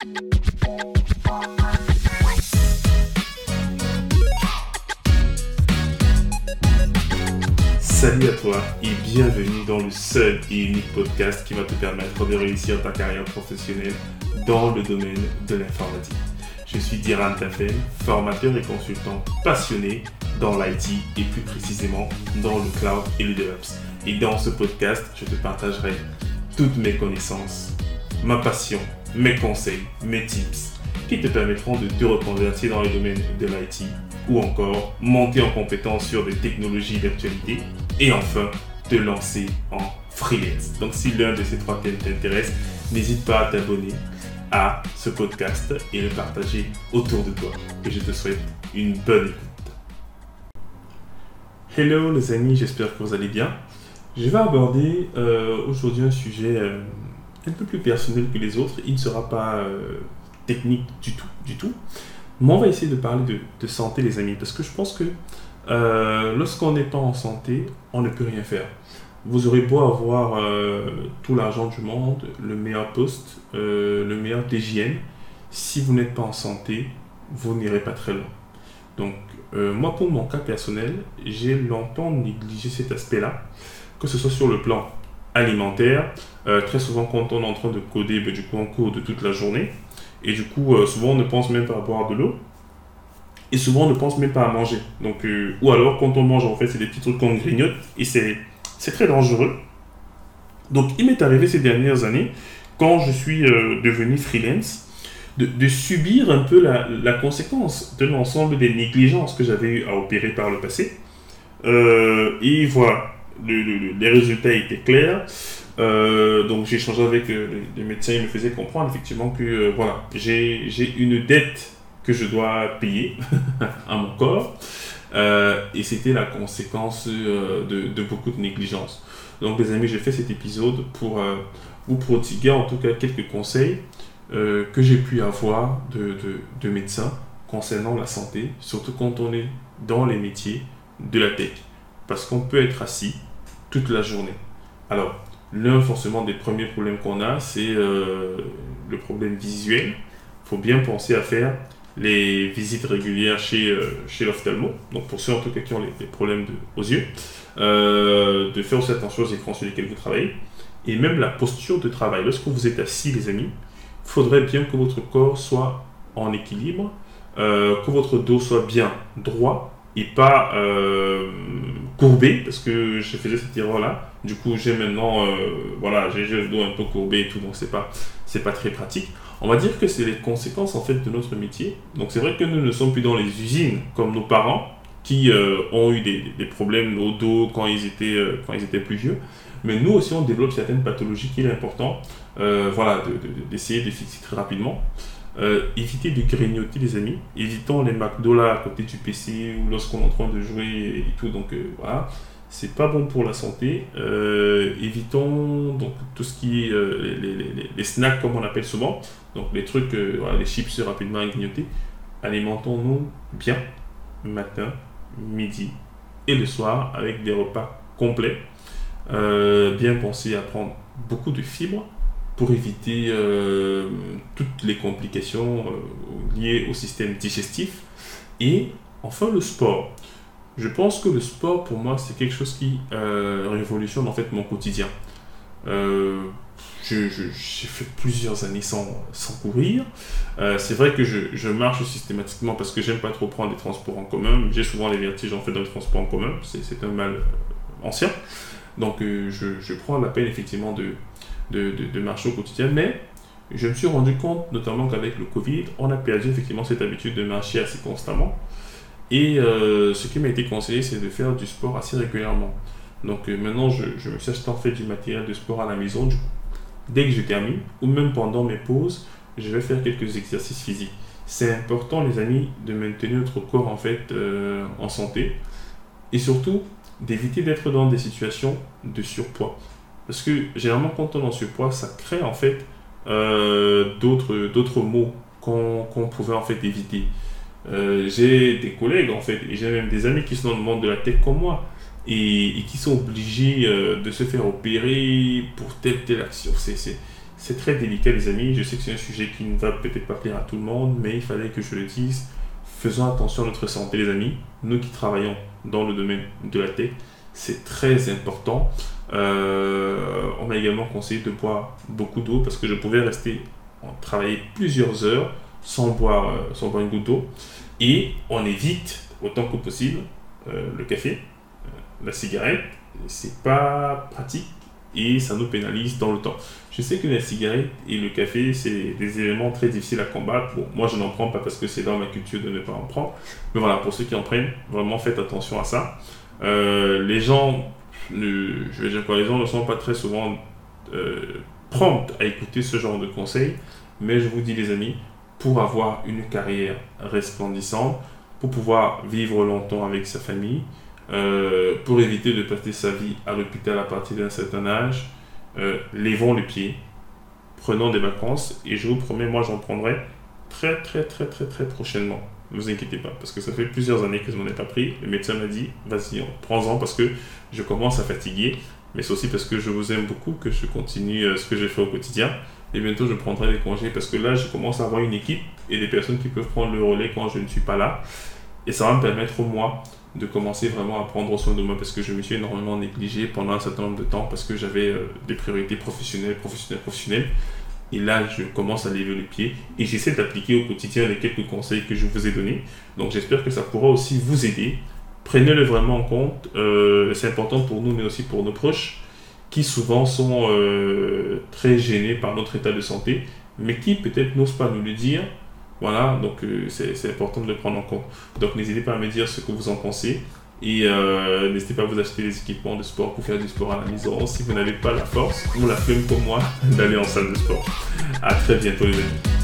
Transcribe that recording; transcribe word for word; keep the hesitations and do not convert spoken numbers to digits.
Salut à toi et bienvenue dans le seul et unique podcast qui va te permettre de réussir ta carrière professionnelle dans le domaine de l'informatique. Je suis Diran Tafel, formateur et consultant passionné dans l'I T et plus précisément dans le cloud et le DevOps. Et dans ce podcast, je te partagerai toutes mes connaissances, ma passion, mes conseils, mes tips qui te permettront de te reconvertir dans le domaine de l'I T ou encore monter en compétence sur des technologies d'actualité et enfin te lancer en freelance. Donc si l'un de ces trois thèmes t'intéresse, n'hésite pas à t'abonner à ce podcast et le partager autour de toi. Et je te souhaite une bonne écoute. Hello les amis, j'espère que vous allez bien. Je vais aborder euh, aujourd'hui un sujet euh, un peu plus personnel que les autres. Il ne sera pas euh, technique du tout, du tout. Mais on va essayer de parler de, de santé les amis, parce que je pense que euh, lorsqu'on n'est pas en santé, on ne peut rien faire. Vous aurez beau avoir euh, tout l'argent du monde, le meilleur poste, euh, le meilleur T J M, si vous n'êtes pas en santé, vous n'irez pas très loin. Donc euh, moi pour mon cas personnel, j'ai longtemps négligé cet aspect-là, que ce soit sur le plan alimentaire. Euh, très souvent quand on est en train de coder, ben, du coup on code toute la journée. Et du coup, euh, souvent on ne pense même pas à boire de l'eau. Et souvent on ne pense même pas à manger. Donc, euh, ou alors quand on mange, en fait, c'est des petits trucs qu'on grignote. Et c'est, c'est très dangereux. Donc il m'est arrivé ces dernières années, quand je suis euh, devenu freelance, de, de subir un peu la, la conséquence de l'ensemble des négligences que j'avais eu à opérer par le passé. Euh, et voilà, le, le, les résultats étaient clairs. Euh, donc j'ai échangé avec euh, les, les médecins, ils me faisaient comprendre effectivement que euh, voilà, j'ai, j'ai une dette que je dois payer à mon corps euh, et c'était la conséquence euh, de, de beaucoup de négligence. Donc les amis, j'ai fait cet épisode pour euh, vous prodiguer en tout cas quelques conseils euh, que j'ai pu avoir de, de, de médecins concernant la santé, surtout quand on est dans les métiers de la tech, parce qu'on peut être assis toute la journée. Alors l'un forcément des premiers problèmes qu'on a, c'est euh, le problème visuel. Il faut bien penser à faire les visites régulières chez, euh, chez l'ophtalmo. Donc pour ceux en tout cas qui ont les, les problèmes de, aux yeux, euh, de faire aussi attention aux écrans sur lesquels vous travaillez. Et même la posture de travail. Lorsque vous êtes assis les amis, il faudrait bien que votre corps soit en équilibre, euh, que votre dos soit bien droit et pas euh, courbé, parce que je faisais cette erreur-là. Du coup, j'ai maintenant, euh, voilà, j'ai, j'ai le dos un peu courbé et tout, donc c'est pas, c'est pas très pratique. On va dire que c'est les conséquences en fait de notre métier. Donc c'est vrai que nous ne sommes plus dans les usines comme nos parents qui euh, ont eu des, des problèmes au dos quand ils étaient, euh, quand ils étaient plus vieux. Mais nous aussi, on développe certaines pathologies qu'il est important, euh, voilà, de, de, d'essayer de fixer très rapidement. Euh, évitez de grignoter les amis, évitons les McDo là à côté du P C ou lorsqu'on est en train de jouer et tout, donc euh, voilà, c'est pas bon pour la santé. Euh, évitons donc tout ce qui est euh, les, les, les, les snacks comme on appelle souvent, donc les trucs, euh, voilà, les chips rapidement à grignoter. Alimentons-nous bien, matin, midi et le soir avec des repas complets. Euh, bien penser à prendre beaucoup de fibres pour éviter euh, toutes les complications euh, liées au système digestif. Et enfin le sport. Je pense que le sport pour moi c'est quelque chose qui euh, révolutionne en fait mon quotidien. Euh, je, je, j'ai fait plusieurs années sans, sans courir. Euh, c'est vrai que je, je marche systématiquement parce que j'aime pas trop prendre les transports en commun. J'ai souvent les vertiges en fait dans les transports en commun. C'est, c'est un mal euh, ancien. Donc euh, je, je prends la peine effectivement de De, de, de marcher au quotidien, mais je me suis rendu compte notamment qu'avec le Covid, on a perdu effectivement cette habitude de marcher assez constamment et euh, ce qui m'a été conseillé c'est de faire du sport assez régulièrement. Donc euh, maintenant je, je me suis acheté en fait du matériel de sport à la maison. Du coup, dès que je termine ou même pendant mes pauses, je vais faire quelques exercices physiques. C'est important les amis de maintenir notre corps en fait euh, en santé et surtout d'éviter d'être dans des situations de surpoids. Parce que généralement, quand on est en surpoids, ça crée en fait euh, d'autres, d'autres maux qu'on, qu'on pouvait en fait éviter. Euh, j'ai des collègues en fait, et j'ai même des amis qui sont dans le monde de la tech comme moi, et, et qui sont obligés euh, de se faire opérer pour telle telle action. C'est, c'est, c'est très délicat les amis, je sais que c'est un sujet qui ne va peut-être pas plaire à tout le monde, mais il fallait que je le dise. Faisons attention à notre santé les amis, nous qui travaillons dans le domaine de la tech, c'est très important. Euh, on m'a également conseillé de boire beaucoup d'eau parce que je pouvais rester travailler plusieurs heures sans boire, euh, sans boire une goutte d'eau. Et on évite autant que possible euh, le café, euh, la cigarette, c'est pas pratique et ça nous pénalise dans le temps. Je sais que la cigarette et le café, c'est des éléments très difficiles à combattre. Bon, moi je n'en prends pas parce que c'est dans ma culture de ne pas en prendre. Mais voilà, pour ceux qui en prennent, vraiment faites attention à ça. Euh, les gens, ne, je vais dire quoi, les gens ne sont pas très souvent euh, prompts à écouter ce genre de conseils. Mais je vous dis les amis, pour avoir une carrière resplendissante, pour pouvoir vivre longtemps avec sa famille, euh, pour éviter de passer sa vie à l'hôpital à partir d'un certain âge, euh, levons les pieds, prenons des vacances et je vous promets, moi j'en prendrai très très très très très prochainement. Ne vous inquiétez pas, parce que ça fait plusieurs années que je n'en ai pas pris. Le médecin m'a dit, vas-y, prends-en parce que je commence à fatiguer, mais c'est aussi parce que je vous aime beaucoup que je continue ce que j'ai fait au quotidien. Et bientôt, je prendrai des congés parce que là, je commence à avoir une équipe et des personnes qui peuvent prendre le relais quand je ne suis pas là. Et ça va me permettre, moi, de commencer vraiment à prendre soin de moi parce que je me suis énormément négligé pendant un certain nombre de temps parce que j'avais euh, des priorités professionnelles, professionnelles, professionnelles. Et là, je commence à lever le pied et j'essaie d'appliquer au quotidien les quelques conseils que je vous ai donnés. Donc, j'espère que ça pourra aussi vous aider. Prenez-le vraiment en compte. Euh, c'est important pour nous, mais aussi pour nos proches, qui souvent sont euh, très gênés par notre état de santé, mais qui peut-être n'osent pas nous le dire. Voilà, donc euh, c'est, c'est important de le prendre en compte. Donc n'hésitez pas à me dire ce que vous en pensez et euh, n'hésitez pas à vous acheter des équipements de sport pour faire du sport à la maison si vous n'avez pas la force ou la flemme comme moi d'aller en salle de sport. À très bientôt les amis.